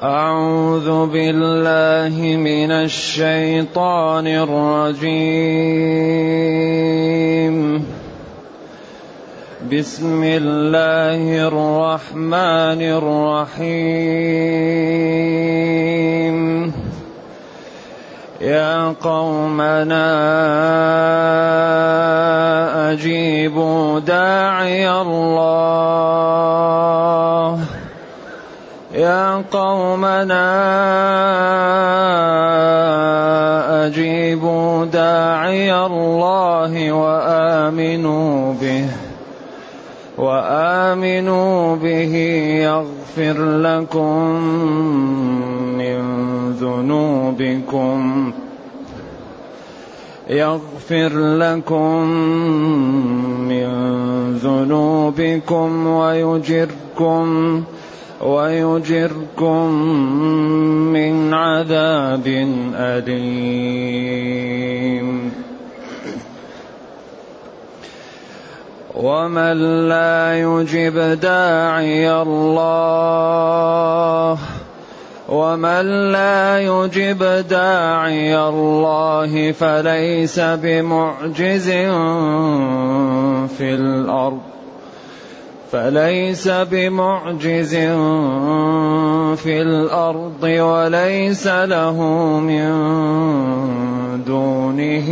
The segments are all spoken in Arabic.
أعوذ بالله من الشيطان الرجيم. بسم الله الرحمن الرحيم. يا قومنا أجيبوا داعي الله يا قومنا أجيبوا داعي الله وآمنوا به يغفر لكم من ذنوبكم ويجركم من عذاب أليم. ومن لا يجب داعي الله فليس بمعجز في الأرض وليس له من دونه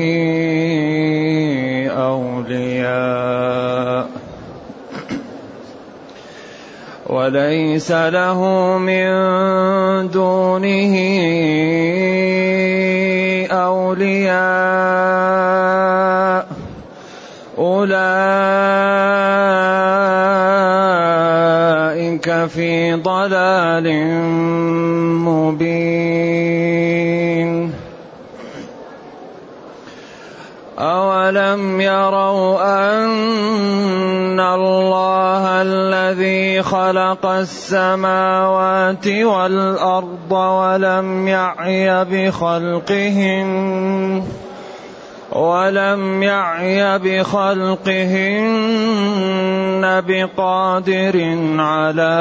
أولياء أولئك في ضلال مبين. أولم يروا أن الله الذي خلق السماوات والأرض ولم يعي بخلقهن بقادر على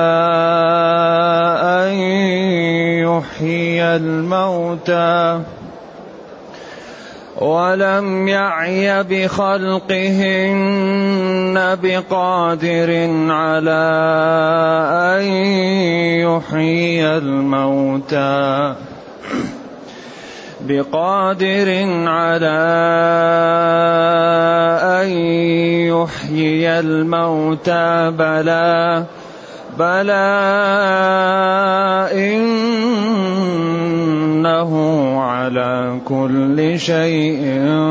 أن يحيي الموتى بلى إنه على كل شيء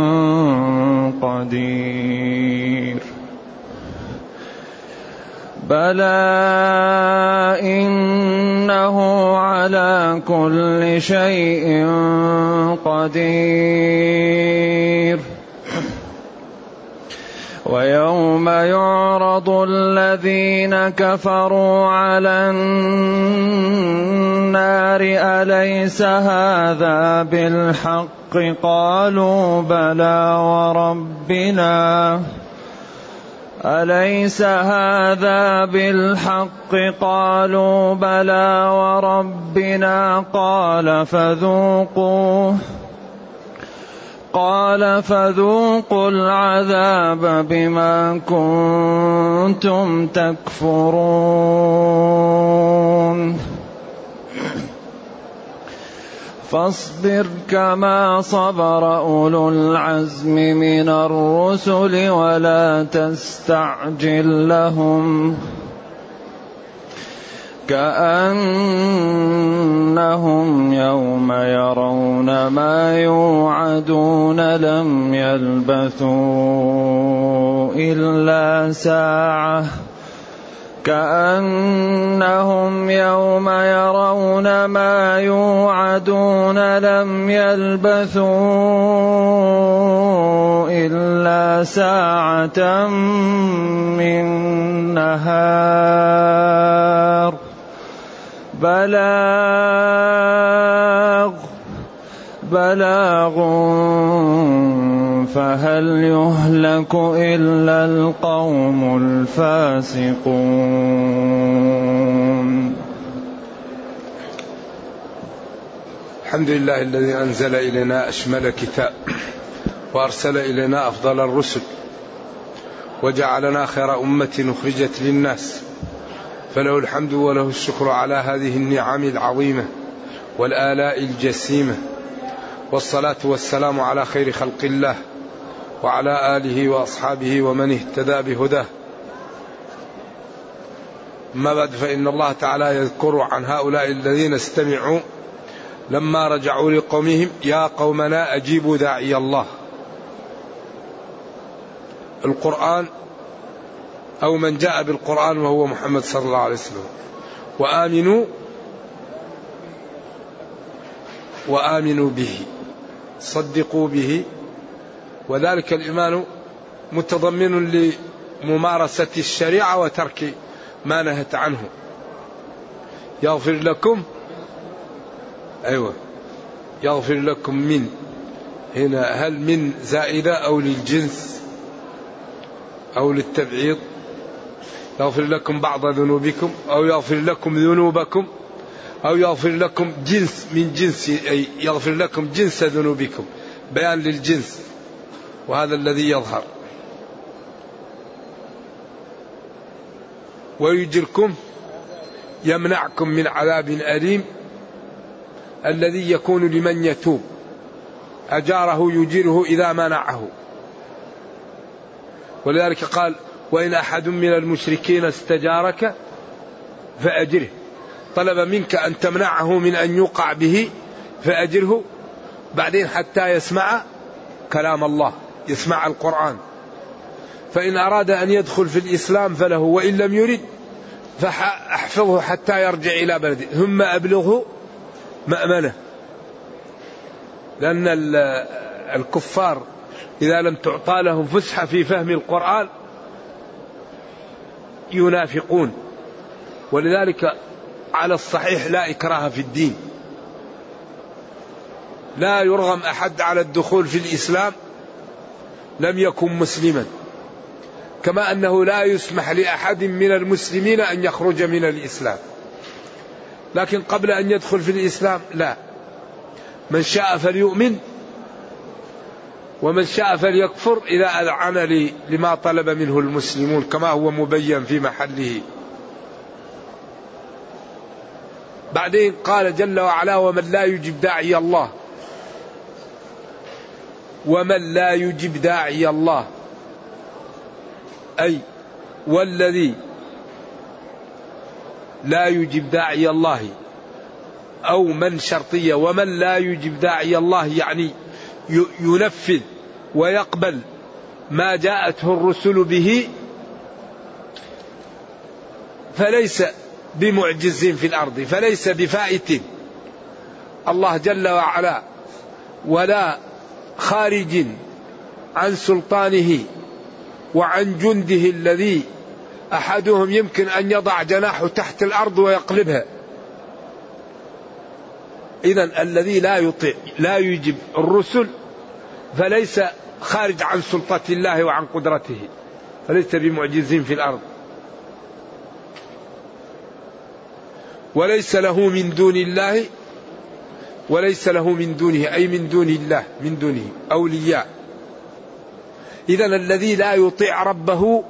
قدير. ويوم يعرض الذين كفروا على النار أليس هذا بالحق قالوا بلى وربنا قال فذوقوا العذاب بما كنتم تكفرون. فاصبر كما صبر أولو العزم من الرسل ولا تستعجل لهم كأنهم يوم يرون ما يوعدون لم يلبثوا إلا ساعة من نهار بلاغ فهل يهلك إلا القوم الفاسقون. الحمد لله الذي أنزل إلينا أشمل كتاب وأرسل إلينا أفضل الرسل وجعلنا خير أمة أخرجت للناس، فله الحمد وله الشكر على هذه النعم العظيمة والآلاء الجسيمة، والصلاة والسلام على خير خلق الله وعلى آله وأصحابه ومن اهتدى بهداه. أما بعد، فإن الله تعالى يذكر عن هؤلاء الذين استمعوا لما رجعوا لقومهم: يا قومنا أجيبوا داعي الله. القرآن أو من جاء بالقرآن وهو محمد صلى الله عليه وسلم، وآمنوا به، صدقوا به. وذلك الإيمان متضمن لممارسة الشريعة وترك ما نهت عنه. يغفر لكم، يغفر لكم من، هنا هل من زائدة أو للجنس أو للتبعيض؟ يغفر لكم بعض ذنوبكم أو يغفر لكم ذنوبكم أو يغفر لكم جنس من جنس، أي يغفر لكم جنس ذنوبكم، بيان للجنس، وهذا الذي يظهر. ويجركم، يمنعكم من عذاب أليم الذي يكون لمن يتوب، أجاره يجيره إذا منعه. ولذلك قال: وإن أحد من المشركين استجارك فأجره. طلب منك أن تمنعه من أن يوقع به، فأجره بعدين حتى يسمع كلام الله، يسمع القرآن. فإن أراد أن يدخل في الإسلام فله، وإن لم يرد فأحفظه حتى يرجع إلى بلده، ثم أبلغه مأمنه. لأن الكفار إذا لم تعطى لهم فسحة في فهم القرآن ينافقون. ولذلك على الصحيح لا إكراه في الدين، لا يرغم أحد على الدخول في الإسلام لم يكن مسلما، كما أنه لا يسمح لأحد من المسلمين أن يخرج من الإسلام. لكن قبل أن يدخل في الإسلام لا، من شاء فليؤمن ومن شاء فليكفر إذا أذعن لما طلب منه المسلمون، كما هو مبين في محله. بعدين قال جل وعلا: ومن لا يجب داعي الله. ومن لا يجب داعي الله، أي والذي لا يجب داعي الله، أو من شرطية. ومن لا يجب داعي الله يعني ينفذ ويقبل ما جاءته الرسل به، فليس بمعجز في الأرض، فليس بفائت الله جل وعلا، ولا خارج عن سلطانه وعن جنده الذي أحدهم يمكن أن يضع جناحه تحت الأرض ويقلبها. إذن الذي لا يطيع لا يجب الرسل فليس خارج عن سلطة الله وعن قدرته، فليس بمعجز في الأرض. وليس له من دون الله، وليس له من دونه أي من دون الله، من دونه أولياء. إذن الذي لا يطيع ربه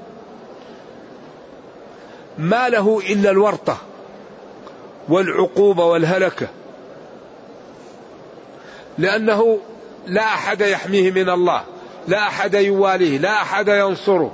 ما له إلا الورطة والعقوبة والهلكة، لأنه لا أحد يحميه من الله، لا أحد يواليه، لا أحد ينصره.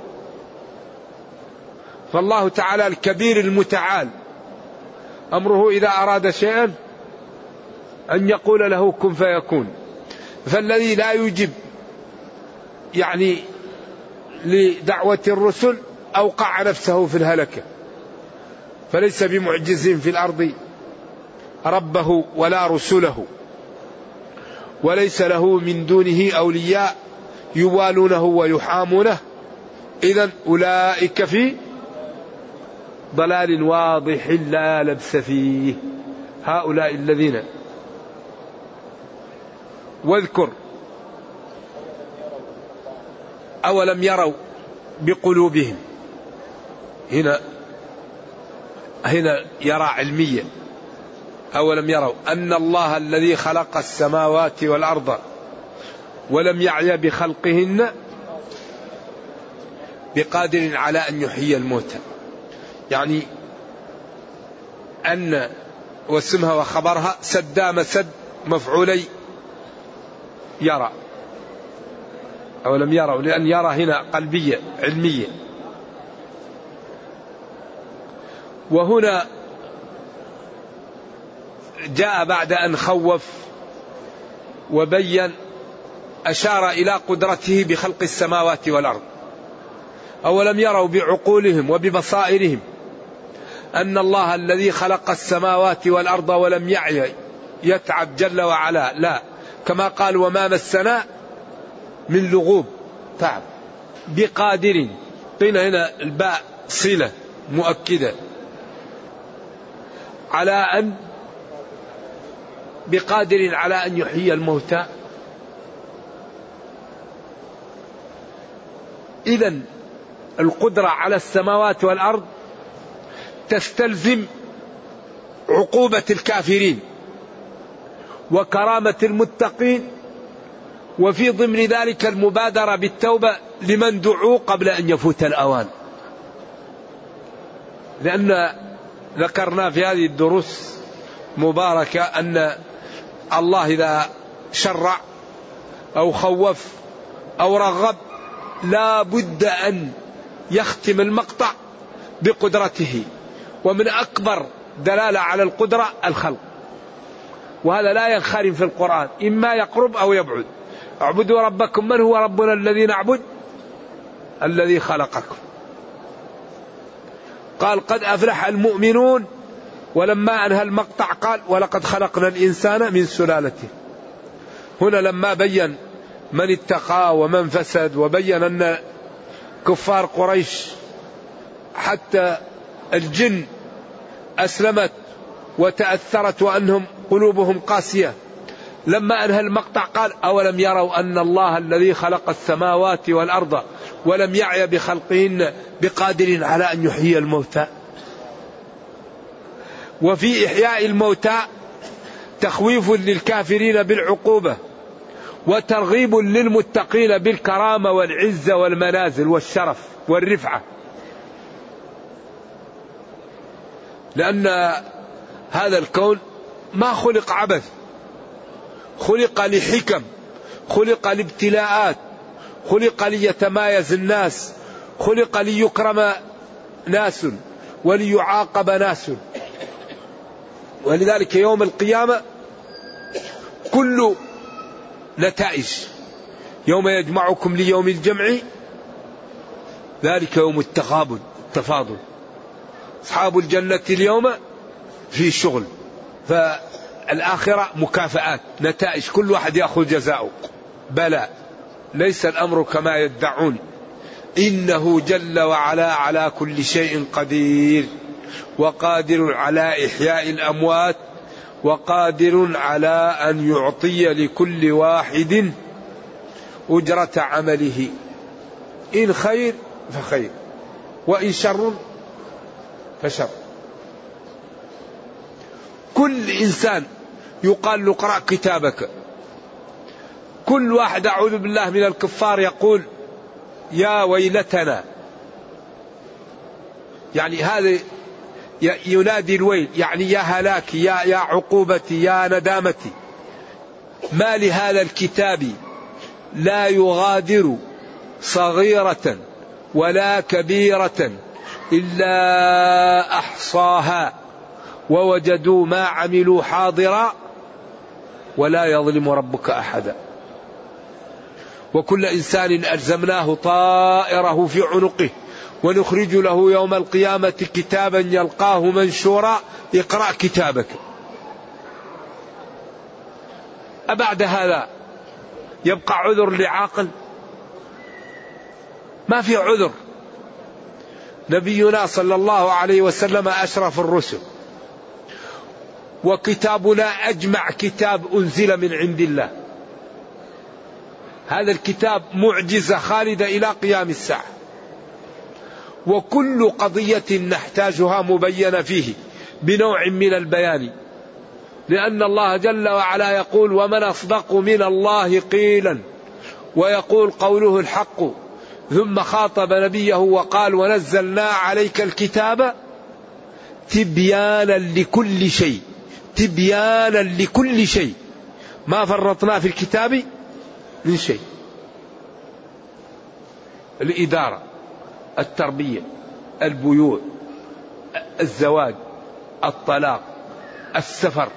فالله تعالى الكبير المتعال أمره إذا أراد شيئا أن يقول له كن فيكون. فالذي لا يجب يعني لدعوة الرسل أوقع نفسه في الهلكة، فليس بمعجز في الأرض ربه ولا رسله، وليس له من دونه أولياء يوالونه ويحامونه. إذن أولئك في ضلال واضح لا لبس فيه، هؤلاء الذين. واذكر أولم يروا بقلوبهم، هنا يرى علميا، أولم يروا أن الله الذي خلق السماوات والأرض ولم يعي بخلقهن بقادر على أن يحيي الموتى. يعني أن واسمها وخبرها سدا مسد مفعولي يرى. أولم يروا، لأن يرى هنا قلبية علمية. وهنا جاء بعد أن خوف وبين أشار إلى قدرته بخلق السماوات والأرض. أولم يروا بعقولهم وببصائرهم أن الله الذي خلق السماوات والأرض ولم يعي يتعب جل وعلا، لا، كما قال وما مسنا من لغوب تعب، بقادر. قيل هنا الباء صلة مؤكدة على أن بقادر على أن يحيي الموتى. إذن القدرة على السماوات والأرض تستلزم عقوبة الكافرين وكرامة المتقين، وفي ضمن ذلك المبادرة بالتوبة لمن دعوا قبل أن يفوت الأوان. لأن ذكرنا في هذه الدروس مباركة أن الله إذا شرع أو خوف أو رغب لا بد أن يختم المقطع بقدرته. ومن أكبر دلالة على القدرة الخلق، وهذا لا ينخرم في القرآن، إما يقرب أو يبعد. اعبدوا ربكم من هو ربنا الذي نعبد الذي خلقكم. قال قد أفلح المؤمنون، ولما أنهى المقطع قال ولقد خلقنا الإنسان من سلالته. هنا لما بين من اتقى ومن فسد، وبين أن كفار قريش حتى الجن أسلمت وتأثرت وأنهم قلوبهم قاسية، لما أنهى المقطع قال أولم يروا أن الله الذي خلق السماوات والأرض ولم يعي بخلقهن بقادر على أن يحيي الموتى. وفي إحياء الموتى تخويف للكافرين بالعقوبة، وترغيب للمتقين بالكرامة والعزة والمنازل والشرف والرفعة. لأن هذا الكون ما خلق عبث، خلق لحكم، خلق لابتلاءات، خلق ليتمايز الناس، خلق ليكرم ناس وليعاقب ناس. ولذلك يوم القيامة كل نتائج، يوم يجمعكم ليوم الجمع ذلك يوم التغابن التفاضل. أصحاب الجنة اليوم في شغل، فالآخرة مكافآت نتائج، كل واحد يأخذ جزاؤه. بلى ليس الأمر كما يدعون، إنه جل وعلا على كل شيء قدير، وقادر على إحياء الأموات، وقادر على أن يعطي لكل واحد أجرة عمله، إن خير فخير وإن شر فشر. كل إنسان يقال له اقرأ كتابك. كل واحد أعوذ بالله من الكفار يقول يا ويلتنا، يعني هذا ينادي الويل، يعني يا هلاكي، يا عقوبتي، يا ندامتي. ما لهذا الكتاب لا يغادر صغيرة ولا كبيرة إلا أحصاها ووجدوا ما عملوا حاضرا ولا يظلم ربك أحدا. وكل إنسان ألزمناه طائره في عنقه ونخرج له يوم القيامة كتابا يلقاه منشورا اقرأ كتابك. أبعد هذا يبقى عذر لعاقل؟ ما في عذر. نبينا صلى الله عليه وسلم أشرف الرسل، وكتابنا أجمع كتاب أنزل من عند الله. هذا الكتاب معجزة خالدة إلى قيام الساعة، وكل قضية نحتاجها مبينة فيه بنوع من البيان. لأن الله جل وعلا يقول ومن أصدق من الله قيلا، ويقول قوله الحق. ثم خاطب نبيه وقال ونزلنا عليك الكتاب تبيانا لكل شيء، تبيانا لكل شيء، ما فرطنا في الكتاب من شيء. الإدارة، التربية، البيوع، الزواج، الطلاق، السفر،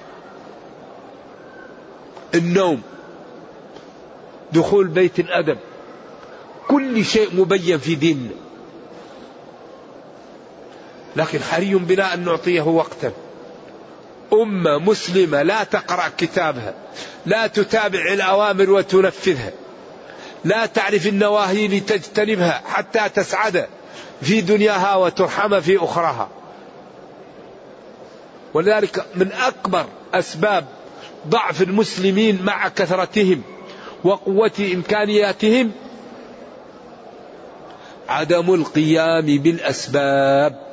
النوم، دخول بيت الأدب، كل شيء مبين في ديننا. لكن حري بنا أن نعطيه وقتا. أمة مسلمة لا تقرأ كتابها، لا تتابع الأوامر وتنفذها، لا تعرف النواهي لتجتنبها حتى تسعد في دنياها وترحم في أخراها. ولذلك من أكبر أسباب ضعف المسلمين مع كثرتهم وقوة إمكانياتهم عدم القيام بالأسباب.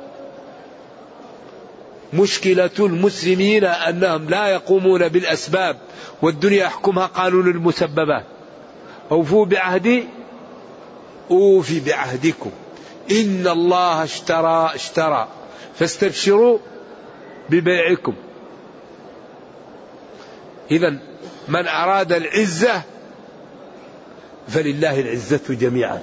مشكلة المسلمين أنهم لا يقومون بالأسباب، والدنيا يحكمها قانون المسببات. أوفوا بعهدي أوفي بعهدكم إن الله اشترى فاستبشروا ببيعكم. إذن من أراد العزة فلله العزة جميعا،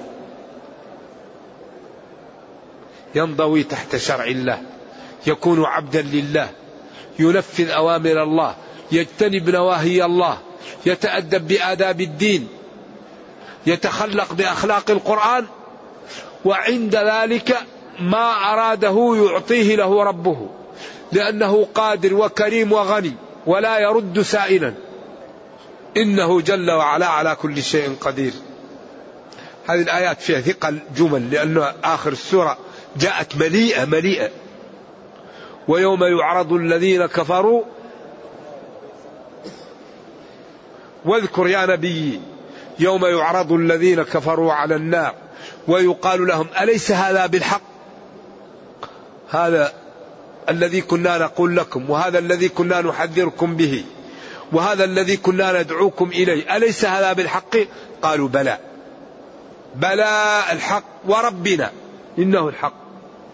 ينضوي تحت شرع الله، يكون عبدا لله، ينفذ أوامر الله، يجتنب نواهي الله، يتأدب بآداب الدين، يتخلق بأخلاق القرآن، وعند ذلك ما أراده يعطيه له ربه، لأنه قادر وكريم وغني ولا يرد سائلا، إنه جل وعلا على كل شيء قدير. هذه الآيات فيها ثقل جمل، لأن آخر السورة جاءت مليئة. ويوم يعرض الذين كفروا واذكر يا نبي يوم يعرض الذين كفروا على النار ويقال لهم أليس هذا بالحق؟ هذا الذي كنا نقول لكم، وهذا الذي كنا نحذركم به، وهذا الذي كنا ندعوكم إليه، أليس هذا بالحق؟ قالوا بلى، بلى الحق وربنا إنه الحق.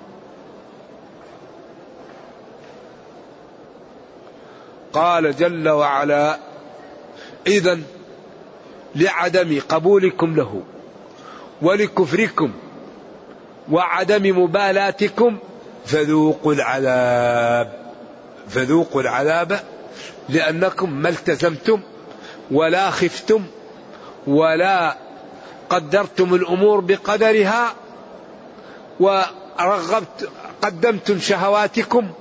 قال جل وعلا إذن لعدم قبولكم له ولكفركم وعدم مبالاتكم فذوقوا العذاب، فذوقوا العذاب لأنكم ما التزمتم ولا خفتم ولا قدرتم الأمور بقدرها، قدمتم شهواتكم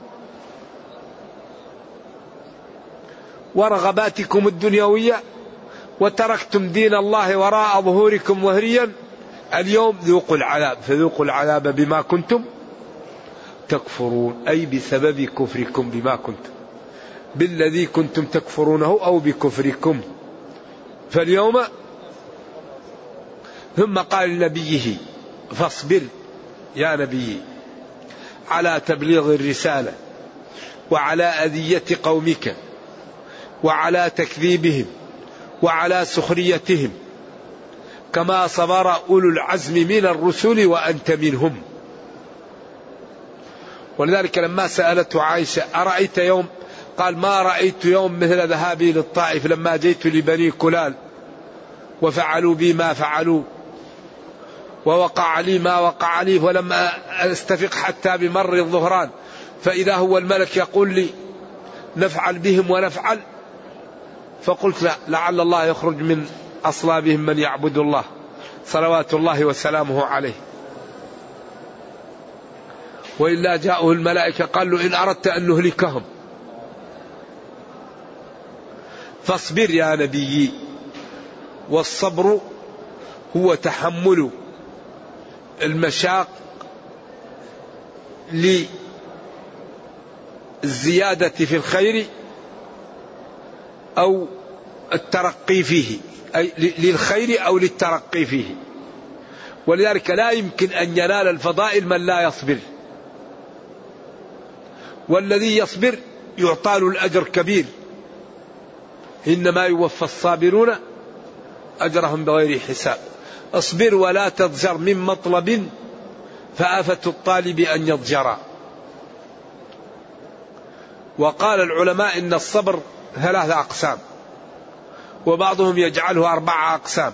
ورغباتكم الدنيوية وتركتم دين الله وراء ظهوركم وهريا. اليوم ذوقوا العذاب، فذوقوا العذاب بما كنتم تكفرون، أي بسبب كفركم بما كنتم، بالذي كنتم تكفرونه أو بكفركم. فاليوم ثم قال لنبيه فاصبر يا نبي على تبليغ الرسالة وعلى أذية قومك وعلى تكذيبهم وعلى سخريتهم كما صبر أولو العزم من الرسل وأنت منهم. ولذلك لما سألته عائشة أرأيت يوم، قال ما رأيت يوم مثل ذهابي للطائف لما جئت لبني كلال وفعلوا بي ما فعلوا ووقع لي ما وقع لي، ولما استفق حتى بمر الظهران فإذا هو الملك يقول لي نفعل بهم ونفعل، فقلت لا، لعل الله يخرج من أصلابهم من يعبد الله صلوات الله وسلامه عليه، وإلا جاءه الملائكة قال له إن أردت أن نهلكهم فاصبر يا نبي. والصبر هو تحمل المشاق للزيادة في الخير أو الترقي فيه، أي للخير أو للترقي فيه. ولذلك لا يمكن أن ينال الفضائل من لا يصبر، والذي يصبر يعطى له الأجر كبير إنما يوفى الصابرون أجرهم بغير حساب. اصبر ولا تضجر من مطلب فآفة الطالب أن يضجر. وقال العلماء إن الصبر 3 أقسام، وبعضهم يجعله 4 أقسام.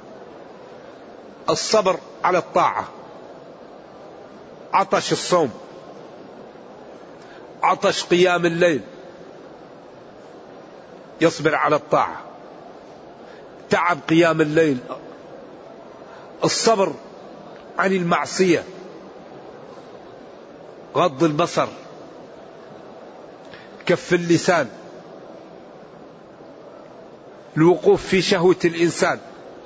الصبر على الطاعة، عطش الصوم، عطش قيام الليل يصبر على الطاعة، تعب قيام الليل. الصبر عن المعصية، غض البصر، كف اللسان، الوقوف في شهوة الإنسان.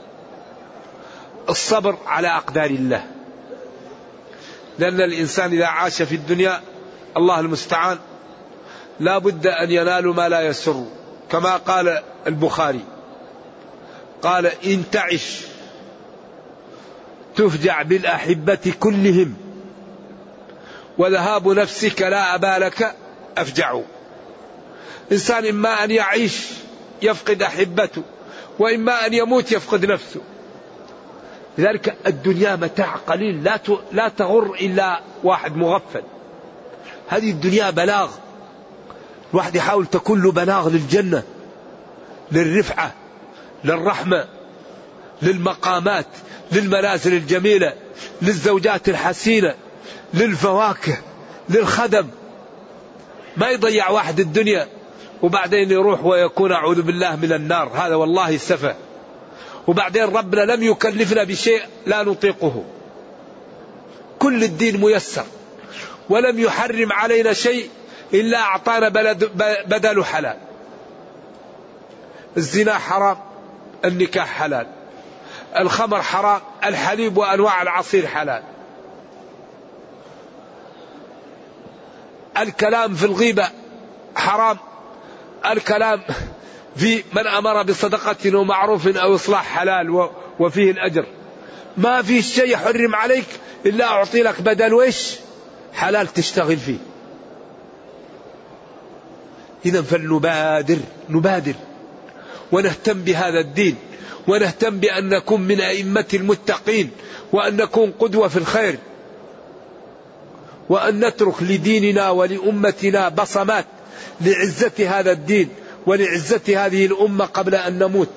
الصبر على أقدار الله، لأن الإنسان إذا عاش في الدنيا الله المستعان لا بد أن ينال ما لا يسر، كما قال البخاري قال إن تعش تفجع بالأحبة كلهم وذهاب نفسك لا أبا لك أفجع. إنسان إما أن يعيش يفقد أحبته، وإما أن يموت يفقد نفسه. لذلك الدنيا متاع قليل لا تغر إلا واحد مغفل. هذه الدنيا بلاغ، الواحد يحاول تكون له بلاغ للجنة، للرفعة، للرحمة، للمقامات، للمنازل الجميلة، للزوجات الحسينة، للفواكه، للخدم. ما يضيع واحد الدنيا وبعدين يروح ويكون أعوذ بالله من النار، هذا والله سفه. وبعدين ربنا لم يكلفنا بشيء لا نطيقه، كل الدين ميسر، ولم يحرم علينا شيء إلا أعطانا بدل حلال. الزنا حرام، النكاح حلال، الخمر حرام، الحليب وأنواع العصير حلال، الكلام في الغيبة حرام، الكلام في من أمر بصدقة ومعروف أو إصلاح حلال وفيه الأجر. ما في شيء يحرم عليك إلا أعطي لك بدل وإيش حلال تشتغل فيه. إذا فلنبادر ونهتم بهذا الدين، ونهتم بأن نكون من أئمة المتقين، وأن نكون قدوة في الخير، وأن نترك لديننا ولأمتنا بصمات لعزة هذا الدين ولعزة هذه الأمة قبل أن نموت.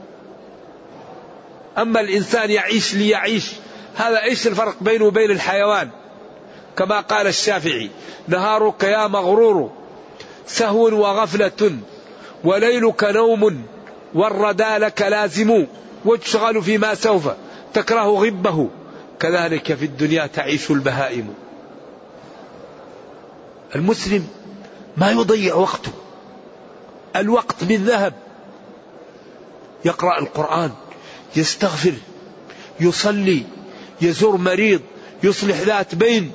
أما الإنسان يعيش ليعيش، هذا إيش الفرق بينه وبين الحيوان؟ كما قال الشافعي نهارك يا مغرور سهو وغفلة، وليلك نوم والردى لك لازم، وتشغل فيما سوف تكره غبه، كذلك في الدنيا تعيش البهائم. المسلم ما يضيع وقته، الوقت من ذهب. يقرأ القرآن، يستغفر، يصلي، يزور مريض، يصلح ذات بين،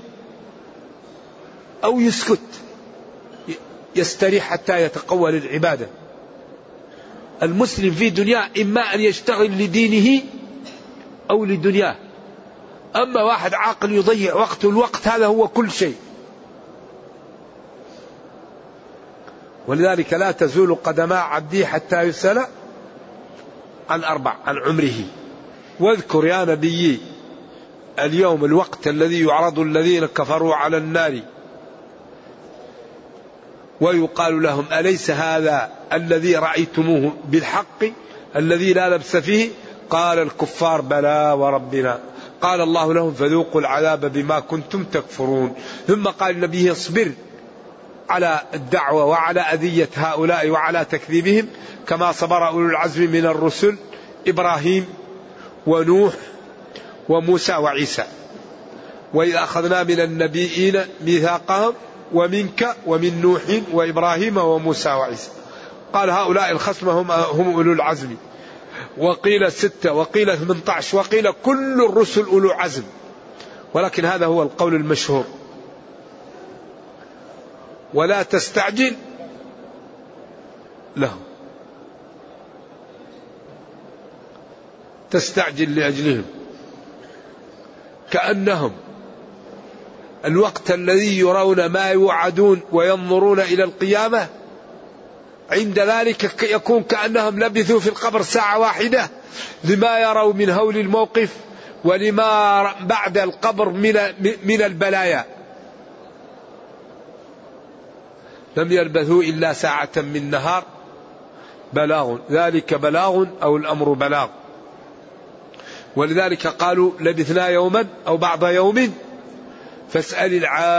أو يسكت يستريح حتى يتقوى للعبادة. المسلم في دنيا إما أن يشتغل لدينه أو لدنياه. أما واحد عاقل يضيع وقته، الوقت هذا هو كل شيء. ولذلك لا تزول قدما عبدي حتى يسأل عن 4: عن عمره. واذكر يا نبي اليوم الوقت الذي يعرض الذين كفروا على النار ويقال لهم أليس هذا الذي رأيتموه بالحق الذي لا لبس فيه؟ قال الكفار بلى وربنا. قال الله لهم فذوقوا العذاب بما كنتم تكفرون. ثم قال النبي اصبر على الدعوة وعلى أذية هؤلاء وعلى تكذيبهم كما صبر أولو العزم من الرسل إبراهيم ونوح وموسى وعيسى. وإذا أخذنا من النبيين ميثاقهم ومنك ومن نوح وإبراهيم وموسى وعيسى. قال هؤلاء الخصم هم أولو العزم. وقيل 6 وقيل 18 وقيل كل الرسل أولو عزم، ولكن هذا هو القول المشهور. ولا تستعجل لهم، تستعجل لأجلهم، كأنهم الوقت الذي يرون ما يوعدون وينظرون إلى القيامة عند ذلك يكون كأنهم لبثوا في القبر ساعة واحدة لما يروا من هول الموقف ولما بعد القبر من البلايا. لم يلبثوا إلا ساعة من نهار بلاغ، ذلك بلاغ أو الأمر بلاغ. ولذلك قالوا لبثنا يوما أو بعض يوم فاسأل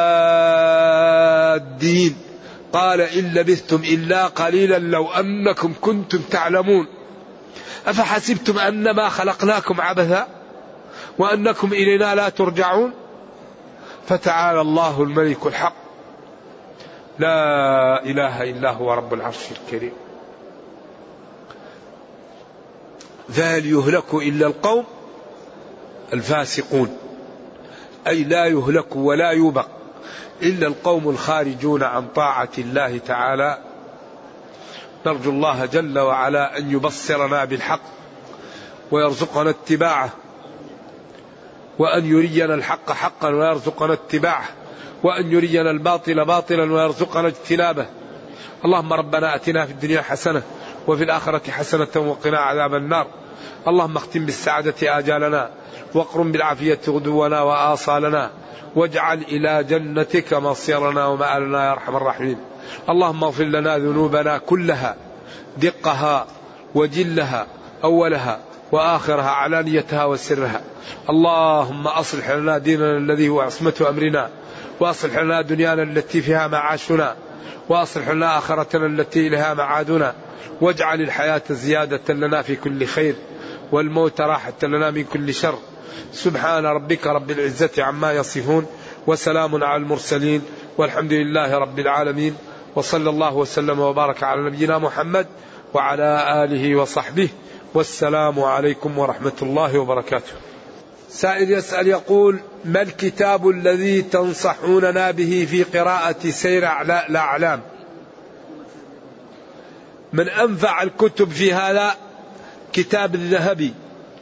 العادين قال إن لبثتم إلا قليلا لو أنكم كنتم تعلمون أفحسبتم أنما خلقناكم عبثا وأنكم إلينا لا ترجعون فتعالى الله الملك الحق لا إله إلا هو رب العرش الكريم. فهل يهلك إلا القوم الفاسقون، أي لا يهلك ولا يوبق إلا القوم الخارجون عن طاعة الله تعالى. نرجو الله جل وعلا أن يبصرنا بالحق ويرزقنا اتباعه، وأن يرينا الحق حقا ويرزقنا اتباعه، وأن يرينا الباطل باطلا ويرزقنا اجتنابه. اللهم ربنا أتنا في الدنيا حسنة وفي الآخرة حسنة وقنا عذاب النار. اللهم اختم بالسعادة آجالنا واقرم بالعافية غدونا وآصالنا واجعل إلى جنتك مصيرنا ومآلنا يا أرحم الراحمين. اللهم اغفر لنا ذنوبنا كلها دقها وجلها أولها وآخرها علانيتها وسرها. اللهم أصلح لنا ديننا الذي هو عصمة أمرنا، وأصلح لنا دنيانا التي فيها معاشنا، وأصلح لنا آخرتنا التي إليها معادنا، واجعل الحياة زيادة لنا في كل خير والموت راحة لنا من كل شر. سبحان ربك رب العزة عما يصفون وسلام على المرسلين والحمد لله رب العالمين، وصلى الله وسلم وبارك على نبينا محمد وعلى آله وصحبه، والسلام عليكم ورحمة الله وبركاته. سائل يسأل يقول: ما الكتاب الذي تنصحوننا به في قراءة سير الأعلام؟ من أنفع الكتب في هذا كتاب الذهبي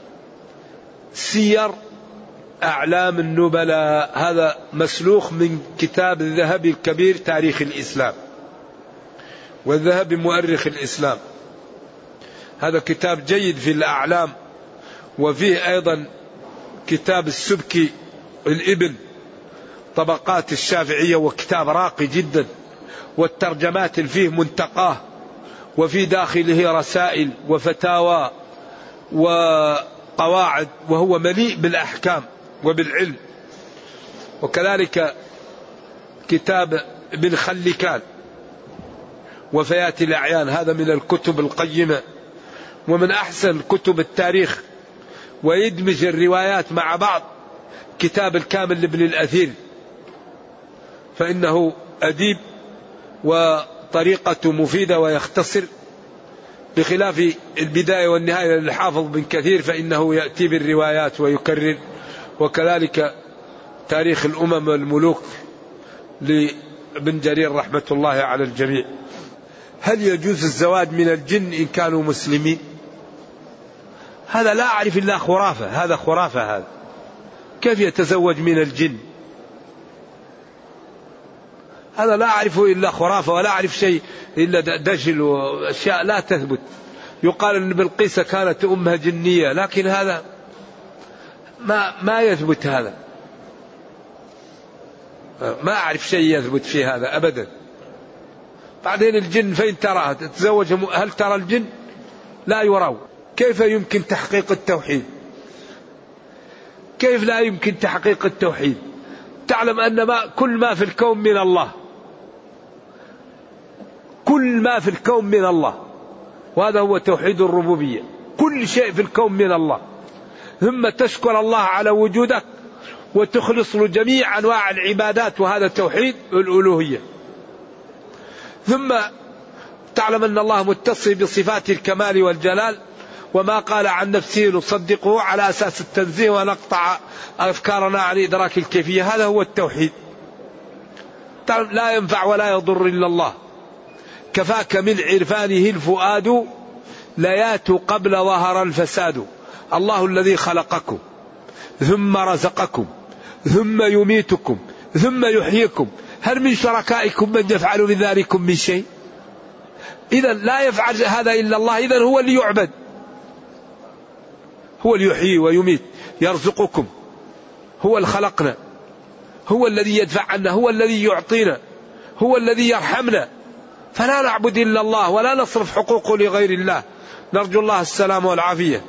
سير أعلام النبلاء، هذا مسلوخ من كتاب الذهبي الكبير تاريخ الإسلام، والذهبي مؤرخ الإسلام. هذا كتاب جيد في الأعلام. وفيه أيضا كتاب السبكي الإبن طبقات الشافعية، وكتاب راقي جدا، والترجمات اللي فيه منتقاه، وفي داخله رسائل وفتاوى وقواعد، وهو مليء بالأحكام وبالعلم. وكذلك كتاب ابن خلكان وفيات الأعيان، هذا من الكتب القيمة ومن أحسن كتب التاريخ، ويدمج الروايات مع بعض كتاب الكامل لابن الأثير، فإنه أديب وطريقته مفيدة ويختصر، بخلاف البداية والنهاية للحافظ بن كثير فإنه يأتي بالروايات ويكرر. وكذلك تاريخ الأمم والملوك لابن جرير رحمة الله على الجميع. هل يجوز الزواج من الجن إن كانوا مسلمين؟ هذا لا أعرف إلا خرافة، هذا خرافة. هذا كيف يتزوج من الجن؟ هذا لا أعرفه إلا خرافة، ولا أعرف شيء إلا دجل وأشياء لا تثبت. يقال أن بلقيس كانت أمها جنية، لكن هذا ما يثبت. هذا ما أعرف شيء يثبت في هذا أبدا. بعدين الجن فين تراها؟ تتزوج، هل ترى الجن؟ لا يروا. كيف يمكن تحقيق التوحيد؟ كيف لا يمكن تحقيق التوحيد؟ تعلم أن كل ما في الكون من الله، كل ما في الكون من الله، وهذا هو توحيد الربوبية. كل شيء في الكون من الله، ثم تشكر الله على وجودك وتخلص له جميع أنواع العبادات، وهذا توحيد الألوهية. ثم تعلم أن الله متصف بصفات الكمال والجلال، وما قال عن نفسه نصدقه على أساس التنزيه ونقطع أفكارنا عن إدراك الكيفية. هذا هو التوحيد. لا ينفع ولا يضر إلا الله. كفاك من عرفانه الفؤاد ليات قبل ظهر الفساد. الله الذي خلقكم ثم رزقكم ثم يميتكم ثم يحييكم، هل من شركائكم من يفعل من ذلكم من شيء؟ إذا لا يفعل هذا إلا الله، إذا هو اللي يعبد، هو اللي يحيي ويميت، يرزقكم، هو اللي خلقنا، هو الذي يدفع عنا، هو الذي يعطينا، هو الذي يرحمنا، فلا نعبد إلا الله ولا نصرف حقوقه لغير الله. نرجو الله السلام والعافية.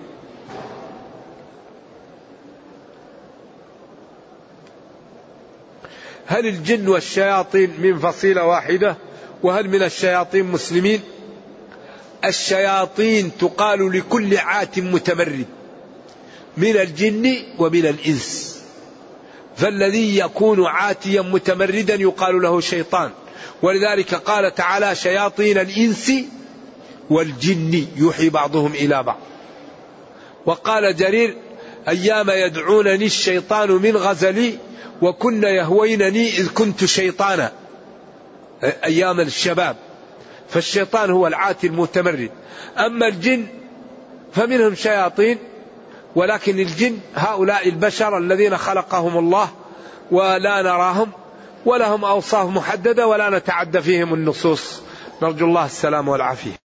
هل الجن والشياطين من فصيلة واحدة؟ وهل من الشياطين مسلمين؟ الشياطين تقال لكل عات متمرد من الجن ومن الإنس، فالذي يكون عاتيا متمردا يقال له شيطان، ولذلك قال تعالى شياطين الإنس والجن يوحي بعضهم إلى بعض. وقال جرير أيام يدعونني الشيطان من غزلي وكن يهوينني إذ كنت شيطانا، أيام الشباب. فالشيطان هو العاتي المتمرد. أما الجن فمنهم شياطين، ولكن الجن هؤلاء البشر الذين خلقهم الله ولا نراهم ولهم أوصاف محددة ولا نتعدى فيهم النصوص. نرجو الله السلام والعافية.